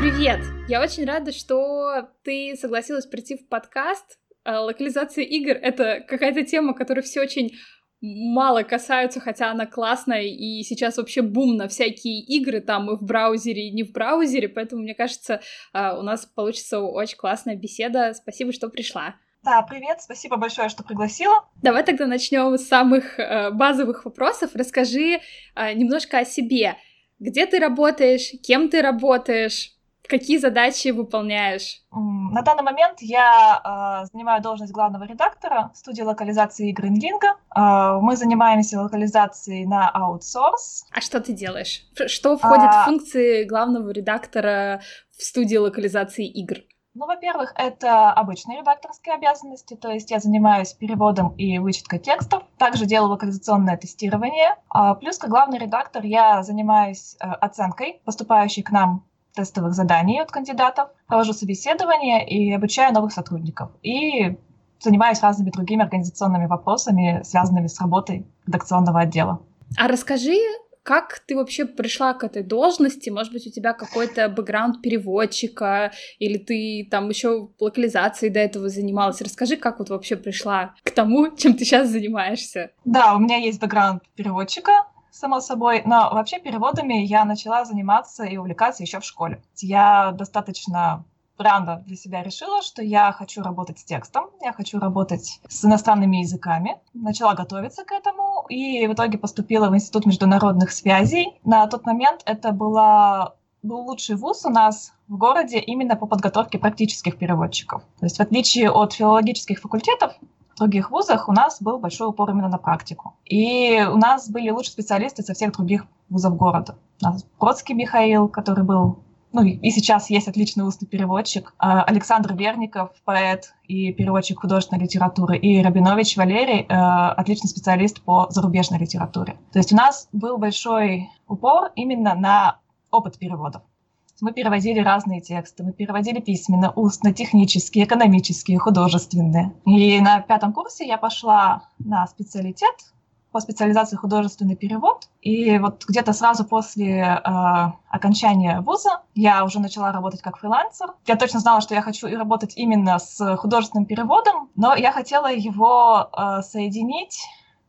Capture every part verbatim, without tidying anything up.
Привет! Я очень рада, что ты согласилась прийти в подкаст. Локализация игр — это какая-то тема, которой все очень мало касаются, хотя она классная, и сейчас вообще бум на всякие игры, там и в браузере, и не в браузере, поэтому, мне кажется, у нас получится очень классная беседа. Спасибо, что пришла. Да, привет, спасибо большое, что пригласила. Давай тогда начнем с самых э, базовых вопросов. Расскажи э, немножко о себе. Где ты работаешь, кем ты работаешь, какие задачи выполняешь? На данный момент я э, занимаю должность главного редактора студии локализации игр Inlingo. Э, мы занимаемся локализацией на аутсорс. А что ты делаешь? Что входит а... в функции главного редактора в студии локализации игр? Ну, во-первых, это обычные редакторские обязанности, то есть я занимаюсь переводом и вычеткой текстов, также делаю локализационное тестирование, а плюс как главный редактор я занимаюсь э, оценкой поступающих к нам тестовых заданий от кандидатов, провожу собеседования и обучаю новых сотрудников, и занимаюсь разными другими организационными вопросами, связанными с работой редакционного отдела. А расскажи, как ты вообще пришла к этой должности? Может быть, у тебя какой-то бэкграунд переводчика, или ты там еще локализацией до этого занималась? Расскажи, как вот вообще пришла к тому, чем ты сейчас занимаешься. Да, у меня есть бэкграунд переводчика, само собой, но вообще переводами я начала заниматься и увлекаться еще в школе. Я достаточно рано для себя решила, что я хочу работать с текстом, я хочу работать с иностранными языками. Начала готовиться к этому и в итоге поступила в Институт международных связей. На тот момент это была, был лучший вуз у нас в городе именно по подготовке практических переводчиков. То есть в отличие от филологических факультетов, в других вузах у нас был большой упор именно на практику. И у нас были лучшие специалисты со всех других вузов города. У нас Бродский Михаил, который был, ну и сейчас есть отличный устный переводчик, Александр Верников, поэт и переводчик художественной литературы, и Рабинович Валерий, отличный специалист по зарубежной литературе. То есть у нас был большой упор именно на опыт переводов. Мы переводили разные тексты, мы переводили письменно, устно, технические, экономические, художественные. И на пятом курсе я пошла на специалитет по специализации художественный перевод. И вот где-то сразу после э, окончания вуза я уже начала работать как фрилансер. Я точно знала, что я хочу работать именно с художественным переводом, но я хотела его э, соединить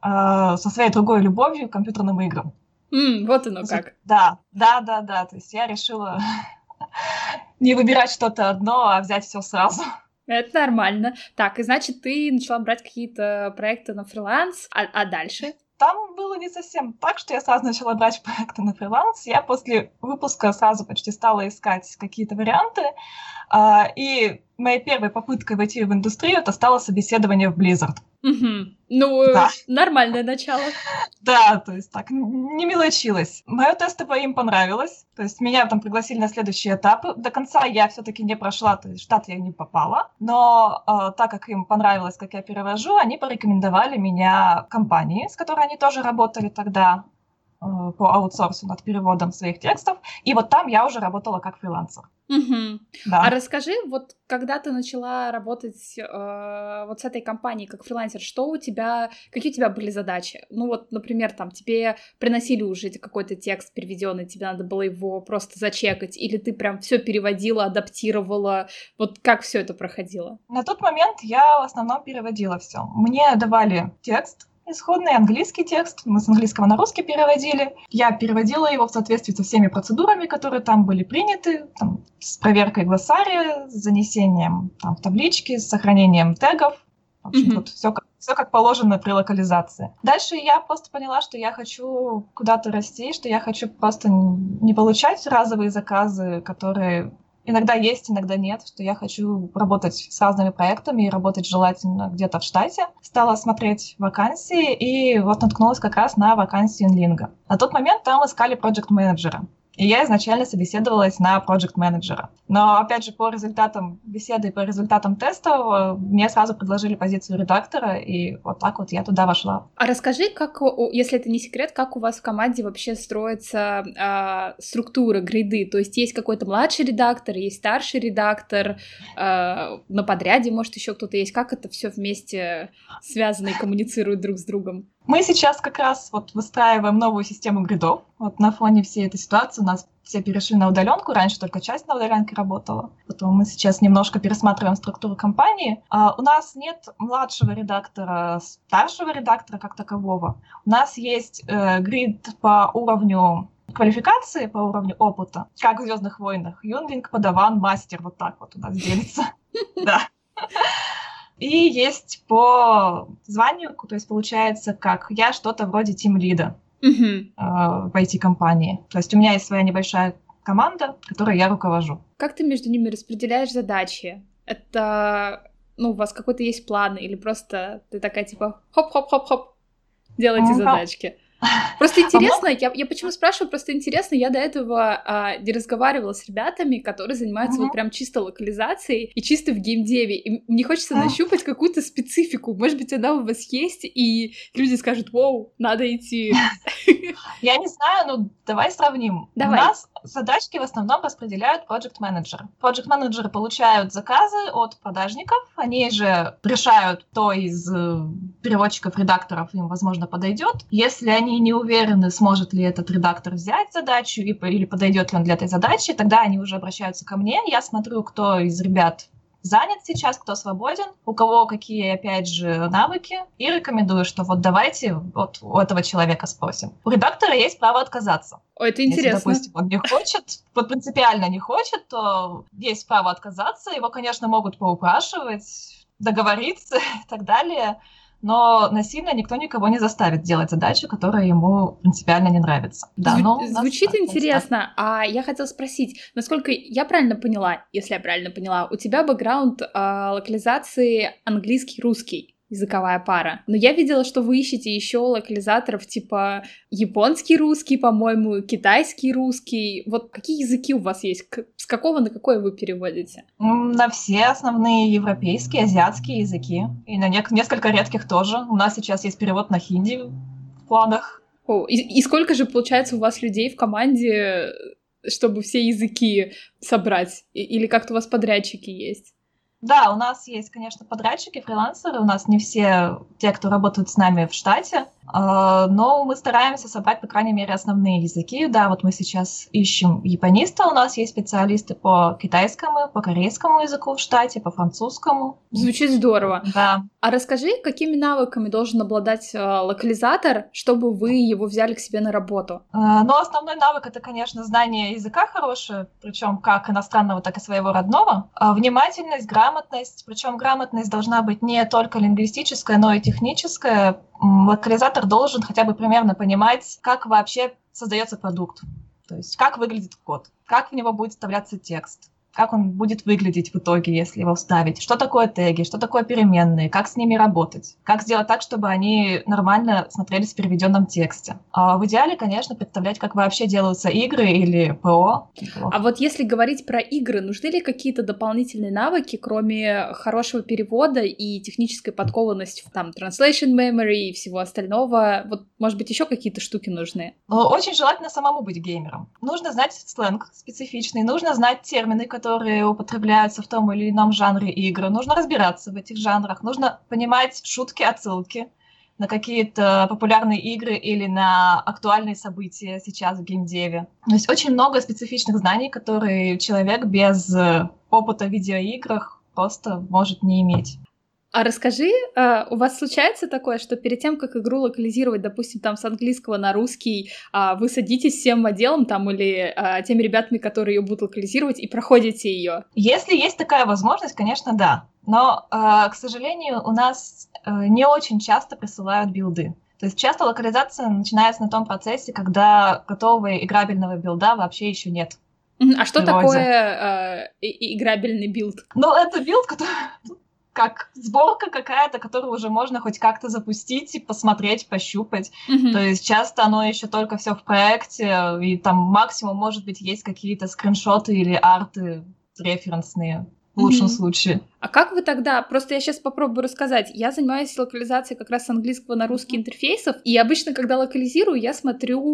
э, со своей другой любовью к компьютерным играм. Mm, вот оно как. Да, да, да, да. То есть я решила не выбирать что-то одно, а взять все сразу. Это нормально. Так, и значит, ты начала брать какие-то проекты на фриланс, а, а дальше? Там было не совсем так, что я сразу начала брать проекты на фриланс. Я после выпуска сразу почти стала искать какие-то варианты. И моей первой попыткой войти в индустрию это стало собеседование в Blizzard. Угу. Ну, да. Нормальное начало. Да, то есть так, не мелочилась. Мое тестово им понравилось. То есть меня там пригласили на следующий этап. До конца я все-таки не прошла, то есть в штат я не попала. Но э, так как им понравилось, как я перевожу, они порекомендовали меня компании, с которой они тоже работали тогда э, по аутсорсу над переводом своих текстов. И вот там я уже работала как фрилансер. Угу. Да. А расскажи, вот когда ты начала работать э, вот с этой компанией как фрилансер, что у тебя, какие у тебя были задачи? Ну вот, например, там тебе приносили уже какой-то текст переведенный, тебе надо было его просто зачекать, или ты прям все переводила, адаптировала, вот как все это проходило? На тот момент я в основном переводила все. Мне давали текст, исходный английский текст, мы с английского на русский переводили. Я переводила его в соответствии со всеми процедурами, которые там были приняты, там, с проверкой глоссария, с занесением там, в таблички, с сохранением тегов. В общем, mm-hmm. вот все как, все как положено при локализации. Дальше я просто поняла, что я хочу куда-то расти, что я хочу просто не получать разовые заказы, которые иногда есть, иногда нет, что я хочу работать с разными проектами и работать желательно где-то в штате. Стала смотреть вакансии и вот наткнулась как раз на вакансию Inlingo. На тот момент там искали проект-менеджера. И я изначально собеседовалась на проект-менеджера. Но, опять же, по результатам беседы и по результатам тестов мне сразу предложили позицию редактора, и вот так вот я туда вошла. А расскажи, как, если это не секрет, как у вас в команде вообще строится э, структура, грейды? То есть есть какой-то младший редактор, есть старший редактор, э, на подряде, может, еще кто-то есть. Как это все вместе связано и коммуницирует друг с другом? Мы сейчас как раз вот выстраиваем новую систему гридов. Вот на фоне всей этой ситуации у нас все перешли на удаленку. Раньше только часть на удаленке работала. Потом мы сейчас немножко пересматриваем структуру компании. А у нас нет младшего редактора, старшего редактора как такового. У нас есть э, грид по уровню квалификации, по уровню опыта, как в «Звездных войнах». Юнглинг, подаван, мастер. Вот так вот у нас делится. Да. И есть по званию, то есть получается, как я что-то вроде тим-лида uh-huh. э, в ай ти-компании. То есть у меня есть своя небольшая команда, которой я руковожу. Как ты между ними распределяешь задачи? Это, ну, у вас какой-то есть план или просто ты такая типа хоп-хоп-хоп-хоп, делайте mm-hmm. задачки? Просто интересно, я, я почему спрашиваю, просто интересно, я до этого а, не разговаривала с ребятами, которые занимаются mm-hmm. вот прям чисто локализацией и чисто в геймдеве, и мне хочется mm-hmm. нащупать какую-то специфику, может быть, она у вас есть, и люди скажут, вау, надо идти. Я не знаю, ну давай сравним. Давай. У нас задачки в основном распределяют проект-менеджеры. Проект-менеджеры получают заказы от продажников, они же решают, кто из переводчиков, редакторов им, возможно, подойдет. Если они не уверены, сможет ли этот редактор взять задачу или подойдет ли он для этой задачи, тогда они уже обращаются ко мне. Я смотрю, кто из ребят занят сейчас, кто свободен, у кого какие, опять же, навыки, и рекомендую, что вот давайте вот у этого человека спросим. У редактора есть право отказаться. Ой, это интересно. Если, допустим, он не хочет, вот принципиально не хочет, то есть право отказаться. Его, конечно, могут поупрашивать, договориться и так далее. Но насильно никто никого не заставит делать задачу, которая ему принципиально не нравится. Да, Зву- но звучит так, интересно, а я хотела спросить, насколько я правильно поняла, если я правильно поняла, у тебя бэкграунд э, локализации английский-русский, языковая пара. Но я видела, что вы ищете еще локализаторов типа японский русский, по-моему, китайский русский. Вот какие языки у вас есть? С какого на какой вы переводите? На все основные европейские, азиатские языки. И на не- несколько редких тоже. У нас сейчас есть перевод на хинди в планах. О, и, и сколько же, получается, у вас людей в команде, чтобы все языки собрать? И, или как-то у вас подрядчики есть? Да, у нас есть, конечно, подрядчики, фрилансеры, у нас не все те, кто работают с нами в штате, но мы стараемся собрать, по крайней мере, основные языки. Да, вот мы сейчас ищем япониста, у нас есть специалисты по китайскому, по корейскому языку в штате, по французскому. Звучит здорово. Да. А расскажи, какими навыками должен обладать э, локализатор, чтобы вы его взяли к себе на работу? Ну, основной навык — это, конечно, знание языка хорошее, причем как иностранного, так и своего родного. Внимательность, грамотность, причем грамотность должна быть не только лингвистическая, но и техническая. Локализатор должен хотя бы примерно понимать, как вообще создается продукт, то есть как выглядит код, как в него будет вставляться текст, как он будет выглядеть в итоге, если его вставить, что такое теги, что такое переменные, как с ними работать, как сделать так, чтобы они нормально смотрелись в переведенном тексте. А в идеале, конечно, представлять, как вообще делаются игры или ПО. А вот если говорить про игры, нужны ли какие-то дополнительные навыки, кроме хорошего перевода и технической подкованности, там, translation memory и всего остального? Вот, может быть, еще какие-то штуки нужны? Ну, очень желательно самому быть геймером. Нужно знать сленг специфичный, нужно знать термины, которые употребляются в том или ином жанре игры. Нужно разбираться в этих жанрах, нужно понимать шутки, отсылки на какие-то популярные игры или на актуальные события сейчас в геймдеве. То есть очень много специфичных знаний, которые человек без опыта в видеоиграх просто может не иметь. А расскажи, у вас случается такое, что перед тем, как игру локализировать, допустим, там с английского на русский, вы садитесь всем отделом там или теми ребятами, которые ее будут локализировать, и проходите ее? Если есть такая возможность, конечно, да. Но, к сожалению, у нас не очень часто присылают билды. То есть часто локализация начинается на том процессе, когда готового играбельного билда вообще еще нет. А что такое э, играбельный билд? Ну, это билд, который... как сборка какая-то, которую уже можно хоть как-то запустить и посмотреть, пощупать. Mm-hmm. То есть часто оно еще только все в проекте, и там максимум, может быть, есть какие-то скриншоты или арты референсные в лучшем mm-hmm. случае. А как вы тогда... Просто я сейчас попробую рассказать. Я занимаюсь локализацией как раз с английского на русский интерфейсов, и обычно, когда локализирую, я смотрю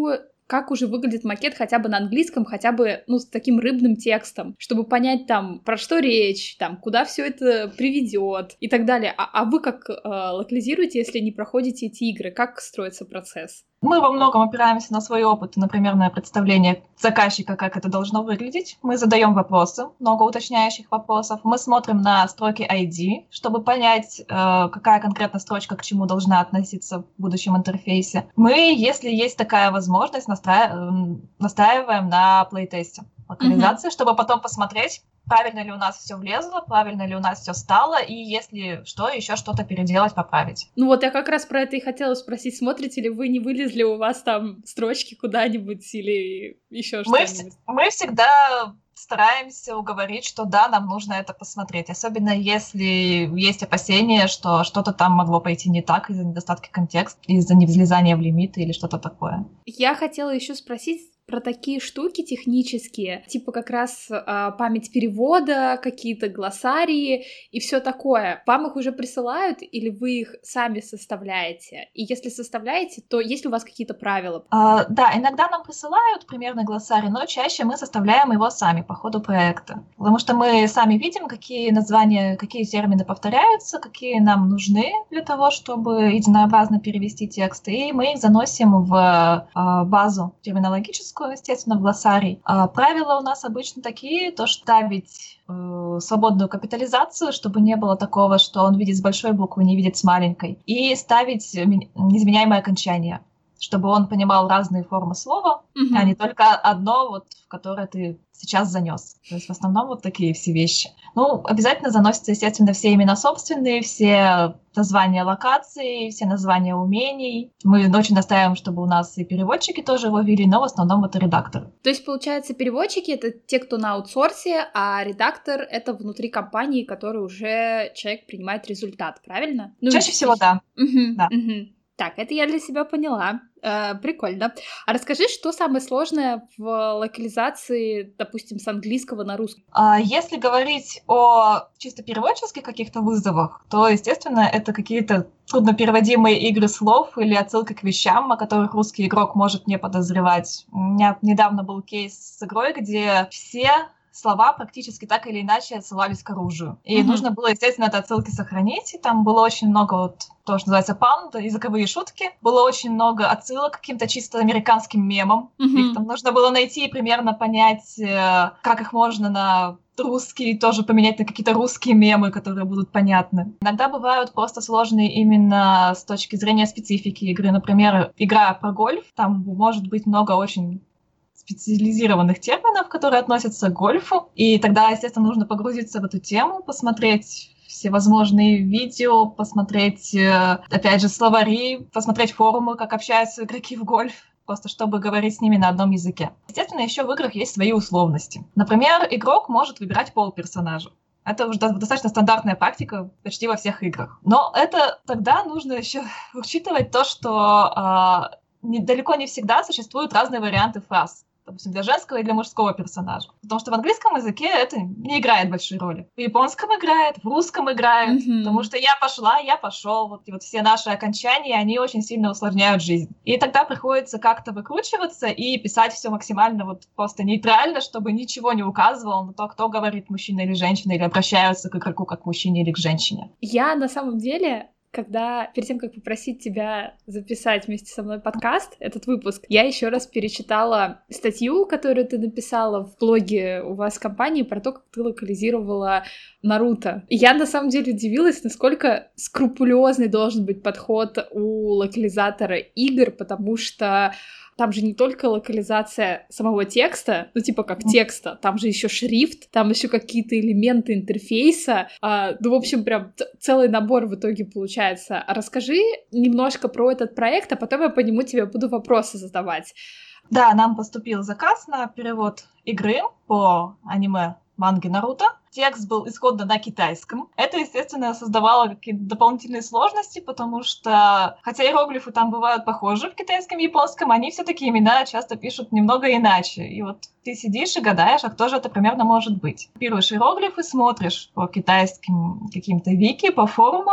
как уже выглядит макет хотя бы на английском, хотя бы, ну, с таким рыбным текстом, чтобы понять там, про что речь, там, куда все это приведет и так далее. А, а вы как э, локализируете, если не проходите эти игры? Как строится процесс? Мы во многом опираемся на свой опыт, например, на представление заказчика, как это должно выглядеть. Мы задаем вопросы, много уточняющих вопросов. Мы смотрим на строки ай ди, чтобы понять, какая конкретно строчка к чему должна относиться в будущем интерфейсе. Мы, если есть такая возможность, настраив... настраиваем на плейтесте локализации, mm-hmm. чтобы потом посмотреть, правильно ли у нас все влезло, правильно ли у нас все стало, и если что, еще что-то переделать, поправить. Ну вот я как раз про это и хотела спросить, смотрите ли вы, не вылезли у вас там строчки куда-нибудь или еще что-нибудь? Мы, мы всегда стараемся уговорить, что да, нам нужно это посмотреть, особенно если есть опасения, что что-то там могло пойти не так из-за недостатка контекста, из-за невзлезания в лимиты или что-то такое. Я хотела еще спросить про такие штуки технические, типа как раз э, память перевода, какие-то глоссарии и все такое. Вам их уже присылают или вы их сами составляете? И если составляете, то есть ли у вас какие-то правила? А, да, иногда нам присылают примерно глоссарий, но чаще мы составляем его сами по ходу проекта. Потому что мы сами видим, какие названия, какие термины повторяются, какие нам нужны для того, чтобы единообразно перевести тексты, и мы их заносим в э, базу терминологическую, естественно, в глоссарий. А правила у нас обычно такие, то что ставить э, свободную капитализацию, чтобы не было такого, что он видит с большой буквы, не видит с маленькой, и ставить неизменяемое окончание, чтобы он понимал разные формы слова, mm-hmm. а не только одно, вот, в которое ты сейчас занес. То есть в основном вот такие все вещи. Ну, обязательно заносятся, естественно, все имена собственные, все названия локаций, все названия умений. Мы очень настаиваем, чтобы у нас и переводчики тоже его вели, но в основном это редакторы. То есть, получается, переводчики — это те, кто на аутсорсе, а редактор — это внутри компании, который уже человек принимает результат, правильно? Ну, чаще всего, да. Угу, да. Угу. Так, это я для себя поняла. Э, прикольно. А расскажи, что самое сложное в локализации, допустим, с английского на русский? А если говорить о чисто переводческих каких-то вызовах, то, естественно, это какие-то труднопереводимые игры слов или отсылки к вещам, о которых русский игрок может не подозревать. У меня недавно был кейс с игрой, где все слова практически так или иначе отсылались к оружию. И mm-hmm. нужно было, естественно, это отсылки сохранить. И там было очень много вот то, что называется пан, языковые шутки. Было очень много отсылок к каким-то чисто американским мемам. Mm-hmm. Их там нужно было найти и примерно понять, как их можно на русский тоже поменять на какие-то русские мемы, которые будут понятны. Иногда бывают просто сложные именно с точки зрения специфики игры. Например, игра про гольф. Там может быть много очень специализированных терминов, которые относятся к гольфу. И тогда, естественно, нужно погрузиться в эту тему, посмотреть всевозможные видео, посмотреть, опять же, словари, посмотреть форумы, как общаются игроки в гольф, просто чтобы говорить с ними на одном языке. Естественно, еще в играх есть свои условности. Например, игрок может выбирать пол персонажа. Это уже достаточно стандартная практика почти во всех играх. Но это тогда нужно еще учитывать то, что э, не, далеко не всегда существуют разные варианты фраз. Допустим, для женского и для мужского персонажа. Потому что в английском языке это не играет большой роли. В японском играет, в русском играет. Mm-hmm. Потому что я пошла, я пошел. Вот, и вот все наши окончания, они очень сильно усложняют жизнь. И тогда приходится как-то выкручиваться и писать все максимально вот просто нейтрально, чтобы ничего не указывало на то, кто говорит, мужчина или женщина, или обращаются к игроку как к мужчине или к женщине. Я на самом деле... Когда, перед тем, как попросить тебя записать вместе со мной подкаст, этот выпуск, я еще раз перечитала статью, которую ты написала в блоге у вас в компании про то, как ты локализировала Наруто. И я на самом деле удивилась, насколько скрупулезный должен быть подход у локализатора игр, потому что там же не только локализация самого текста, ну типа как текста, там же еще шрифт, там еще какие-то элементы интерфейса. А, ну, в общем, прям ц- целый набор в итоге получается. А расскажи немножко про этот проект, а потом я по нему тебе буду вопросы задавать. Да, нам поступил заказ на перевод игры по аниме манги Наруто. Текст был исходно на китайском. Это, естественно, создавало какие-то дополнительные сложности, потому что, хотя иероглифы там бывают похожи в китайском и японском, они все-таки имена часто пишут немного иначе. И вот ты сидишь и гадаешь, а кто же это примерно может быть. Копируешь иероглифы, смотришь по китайским каким-то вики, по форумам,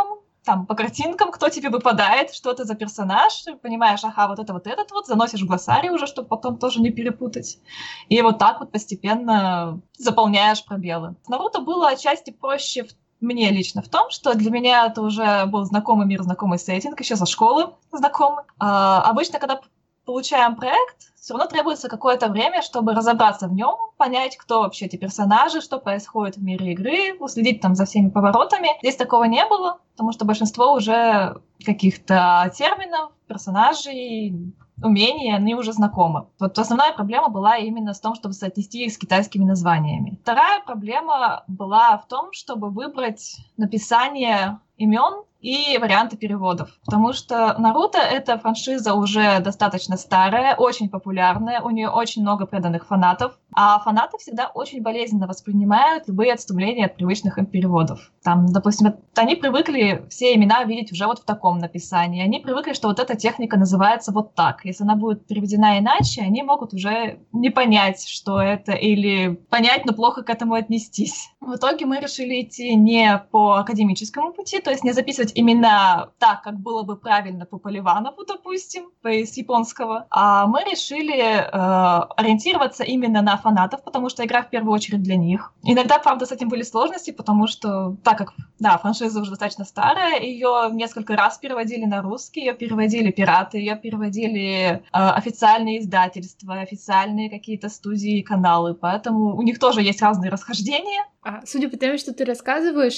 там по картинкам, кто тебе выпадает, что это за персонаж, ты понимаешь, ага, вот это вот этот вот, заносишь в глоссарий уже, чтобы потом тоже не перепутать. И вот так вот постепенно заполняешь пробелы. Наруто было отчасти проще в мне лично в том, что для меня это уже был знакомый мир, знакомый сеттинг, еще со школы знакомый. А, обычно, когда получаем проект, все равно требуется какое-то время, чтобы разобраться в нем, понять, кто вообще эти персонажи, что происходит в мире игры, уследить там за всеми поворотами. Здесь такого не было, потому что большинство уже каких-то терминов, персонажей, умений, они уже знакомы. Вот основная проблема была именно в том, чтобы соотнести их с китайскими названиями. Вторая проблема была в том, чтобы выбрать написание имен и варианты переводов. Потому что Наруто — это франшиза уже достаточно старая, очень популярная, у нее очень много преданных фанатов, а фанаты всегда очень болезненно воспринимают любые отступления от привычных им переводов. Там, допустим, они привыкли все имена видеть уже вот в таком написании, они привыкли, что вот эта техника называется вот так. Если она будет переведена иначе, они могут уже не понять, что это, или понять, но плохо к этому отнестись. В итоге мы решили идти не по академическому пути, то есть не записывать имена так, как было бы правильно по Поливанову, допустим, с японского, а мы решили э, ориентироваться именно на фанатов, потому что игра в первую очередь для них. Иногда, правда, с этим были сложности, потому что, так как, да, франшиза уже достаточно старая, ее несколько раз переводили на русский, ее переводили пираты, ее переводили э, официальные издательства, официальные какие-то студии и каналы, поэтому у них тоже есть разные расхождения. Судя по тому, что ты рассказываешь,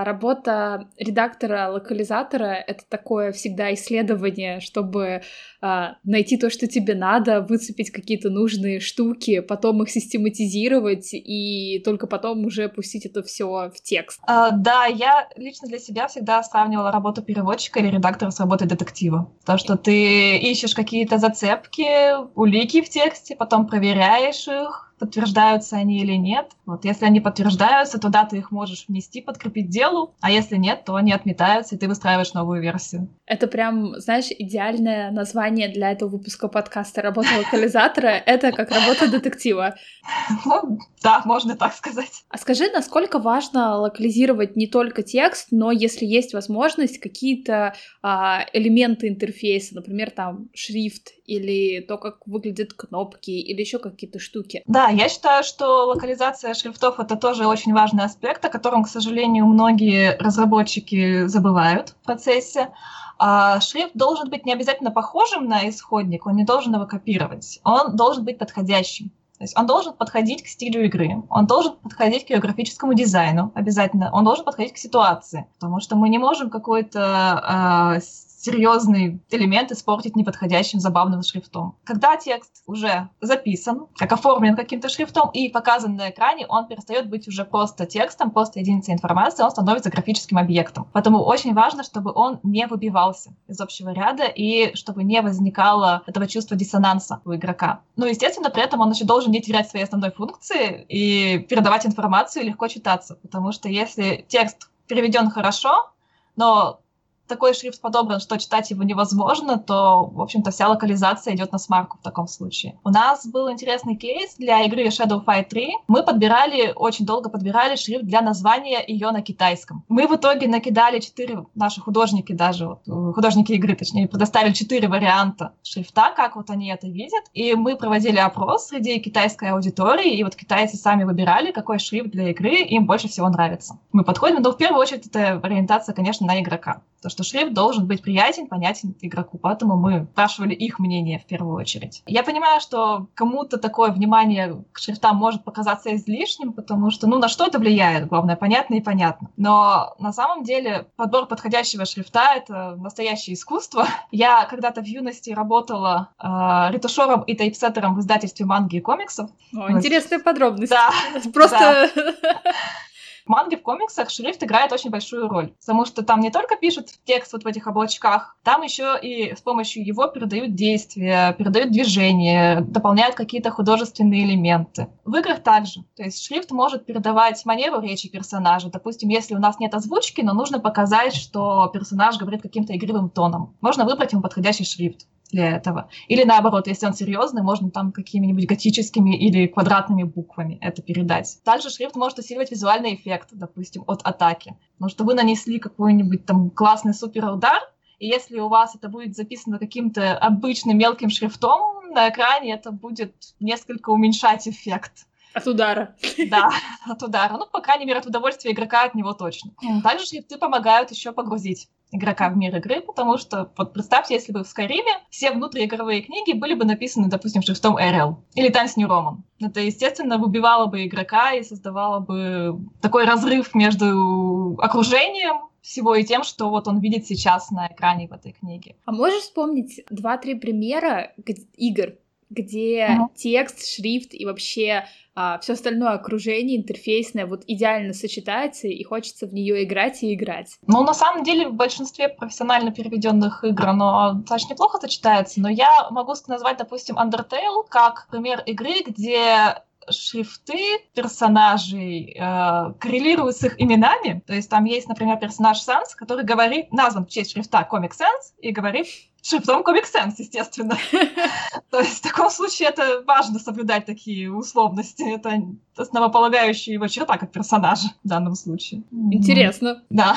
работа редактора-локализатора — это такое всегда исследование, чтобы найти то, что тебе надо, выцепить какие-то нужные штуки, потом их систематизировать и только потом уже пустить это все в текст. А, да, я лично для себя всегда сравнивала работу переводчика или редактора с работой детектива. То, что ты ищешь какие-то зацепки, улики в тексте, потом проверяешь их, подтверждаются они или нет. Вот если они подтверждаются, то да, ты их можешь внести, подкрепить делу, а если нет, то они отметаются, и ты выстраиваешь новую версию. Это прям, знаешь, идеальное название для этого выпуска подкаста «Работа локализатора» — это как работа детектива. Ну, да, можно так сказать. А скажи, насколько важно локализировать не только текст, но, если есть возможность, какие-то а, элементы интерфейса, например, там, шрифт, или то, как выглядят кнопки, или еще какие-то штуки. Да, я считаю, что локализация шрифтов — это тоже очень важный аспект, о котором, к сожалению, многие разработчики забывают в процессе. А шрифт должен быть не обязательно похожим на исходник, он не должен его копировать, он должен быть подходящим. То есть он должен подходить к стилю игры, он должен подходить к ее графическому дизайну обязательно, он должен подходить к ситуации, потому что мы не можем какой-то э, серьезный элемент испортить неподходящим забавным шрифтом. Когда текст уже записан, как оформлен каким-то шрифтом и показан на экране, он перестает быть уже просто текстом, просто единицей информации, он становится графическим объектом. Поэтому очень важно, чтобы он не выбивался из общего ряда и чтобы не возникало этого чувства диссонанса у игрока. Ну, естественно, при этом он еще должен не терять своей основной функции и передавать информацию легко читаться, потому что если текст переведен хорошо, но такой шрифт подобран, что читать его невозможно, то, в общем-то, вся локализация идет на смарку в таком случае. У нас был интересный кейс для игры Shadow Fight три. Мы подбирали, очень долго подбирали шрифт для названия ее на китайском. Мы в итоге накидали четыре, наши художники даже, вот, художники игры, точнее, предоставили четыре варианта шрифта, как вот они это видят. И мы проводили опрос среди китайской аудитории, и вот китайцы сами выбирали, какой шрифт для игры им больше всего нравится. Мы подходим, но в первую очередь это ориентация, конечно, на игрока. То, что шрифт должен быть приятен, понятен игроку, поэтому мы спрашивали их мнение в первую очередь. Я понимаю, что кому-то такое внимание к шрифтам может показаться излишним, потому что, ну, на что это влияет, главное, понятно и понятно. Но на самом деле подбор подходящего шрифта — это настоящее искусство. Я когда-то в юности работала э, ретушером и тайпсеттером в издательстве манги и комиксов. О, интересная подробность. Да. Просто... В манге, в комиксах шрифт играет очень большую роль, потому что там не только пишут текст вот в этих облачках, там еще и с помощью его передают действия, передают движения, дополняют какие-то художественные элементы. В играх также. То есть шрифт может передавать манеру речи персонажа. Допустим, если у нас нет озвучки, но нужно показать, что персонаж говорит каким-то игривым тоном. Можно выбрать ему подходящий шрифт. для этого. Или наоборот, если он серьезный, можно там какими-нибудь готическими или квадратными буквами это передать. Также шрифт может усиливать визуальный эффект, допустим, от атаки. Потому что вы нанесли какой-нибудь там классный суперудар, и если у вас это будет записано каким-то обычным мелким шрифтом на экране, это будет несколько уменьшать эффект. От удара. Да, от удара. Ну, по крайней мере, от удовольствия игрока от него точно. Также шрифты помогают еще погрузить игрока в мир игры, потому что, вот представьте, если бы в Скайриме все внутриигровые книги были бы написаны, допустим, шрифтом Arial или Times New Roman. Это, естественно, выбивало бы игрока и создавало бы такой разрыв между окружением всего и тем, что вот он видит сейчас на экране в этой книге. А можешь вспомнить два-три примера игр, где uh-huh. текст, шрифт и вообще а, все остальное окружение интерфейсное вот идеально сочетается, и хочется в нее играть и играть? Ну, на самом деле, в большинстве профессионально переведенных игр оно достаточно неплохо сочетается, но я могу назвать, допустим, Undertale как пример игры, где шрифты персонажей э, коррелируют с их именами. То есть там есть, например, персонаж Sans, который говорит, назван в честь шрифта Comic Sans и говорит шрифтом Comic Sans, естественно. То есть в таком случае это важно соблюдать такие условности. Это основополагающая его черта как персонажа в данном случае. Интересно. Да.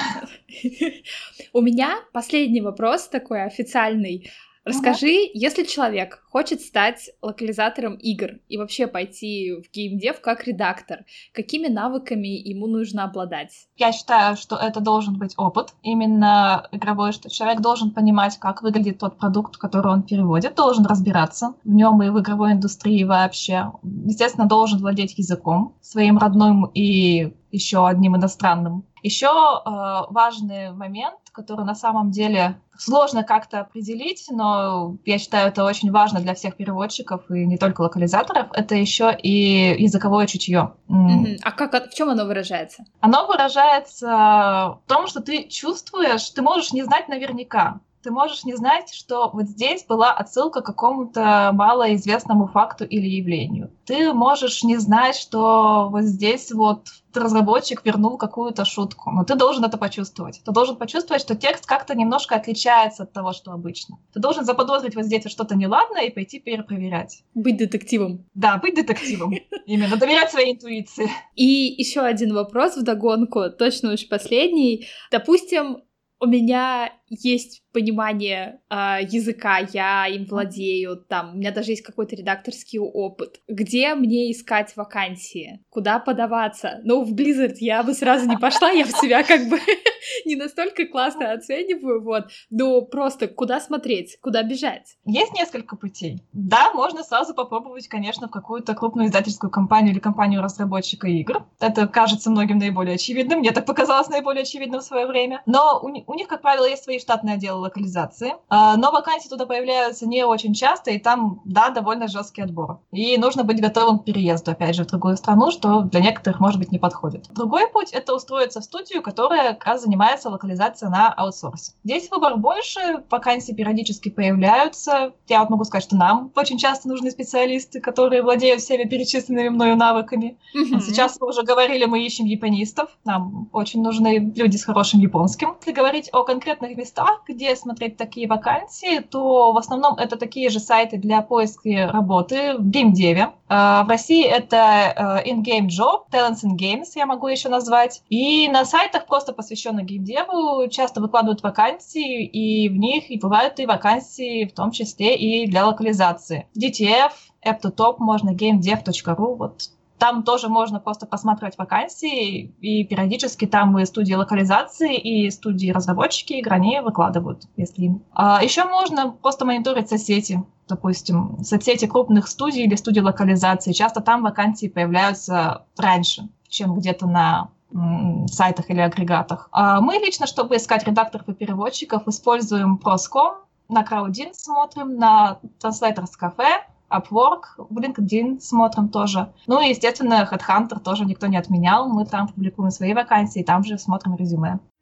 У меня последний вопрос такой официальный. Расскажи, uh-huh. если человек хочет стать локализатором игр и вообще пойти в геймдев как редактор, какими навыками ему нужно обладать? Я считаю, что это должен быть опыт, именно игровой, что человек должен понимать, как выглядит тот продукт, который он переводит, должен разбираться в нем и в игровой индустрии вообще. Естественно, должен владеть языком своим родным и еще одним иностранным. Еще э, важный момент, который на самом деле сложно как-то определить, но я считаю, это очень важно для всех переводчиков и не только локализаторов, это еще и языковое чутье. Mm-hmm. А как, в чем оно выражается? Оно выражается в том, что ты чувствуешь, ты можешь не знать наверняка. Ты можешь не знать, что вот здесь была отсылка к какому-то малоизвестному факту или явлению. Ты можешь не знать, что вот здесь вот разработчик вернул какую-то шутку, но ты должен это почувствовать. Ты должен почувствовать, что текст как-то немножко отличается от того, что обычно. Ты должен заподозрить вот здесь вот что-то неладное и пойти перепроверять. Быть детективом. Да, быть детективом. Именно, доверять своей интуиции. И еще один вопрос вдогонку, точно уж последний. Допустим, у меня есть понимание э, языка, я им владею, там, у меня даже есть какой-то редакторский опыт. Где мне искать вакансии? Куда подаваться? Ну, в Blizzard я бы сразу не пошла, я в себя как бы не настолько классно оцениваю, вот. Но просто куда смотреть, куда бежать? Есть несколько путей. Да, можно сразу попробовать, конечно, в какую-то крупную издательскую компанию или компанию разработчика игр. Это кажется многим наиболее очевидным, мне так показалось наиболее очевидным в свое время. Но у, у них, как правило, есть свои штатные отделы локализации, но вакансии туда появляются не очень часто, и там, да, довольно жесткий отбор. И нужно быть готовым к переезду, опять же, в другую страну, что для некоторых, может быть, не подходит. Другой путь — это устроиться в студию, которая как раз занимается локализацией на аутсорсе. Здесь выбор больше, вакансии периодически появляются. Я вот могу сказать, что нам очень часто нужны специалисты, которые владеют всеми перечисленными мною навыками. Mm-hmm. Сейчас мы уже говорили, мы ищем японистов, нам очень нужны люди с хорошим японским. Если говорить о конкретных местах, где смотреть такие вакансии, то в основном это такие же сайты для поиска работы в геймдеве. В России это In-Game Job, Talents in Games я могу еще назвать. И на сайтах, просто посвященных геймдеву, часто выкладывают вакансии, и в них и бывают и вакансии, в том числе и для локализации. ди ти эф, App2Top, можно gamedev точка ру, вот. Там тоже можно просто посматривать вакансии, и периодически там и студии локализации, и студии разработчики игр, они выкладывают, если им. А еще можно просто мониторить соцсети, допустим, соцсети крупных студий или студий локализации. Часто там вакансии появляются раньше, чем где-то на м- сайтах или агрегатах. А мы лично, чтобы искать редакторов и переводчиков, используем Proscom, на Crowdin смотрим, на Translators Cafe, Upwork, в LinkedIn смотрим тоже. Ну и, естественно, HeadHunter тоже никто не отменял. Мы там публикуем свои вакансии, там же смотрим резюме.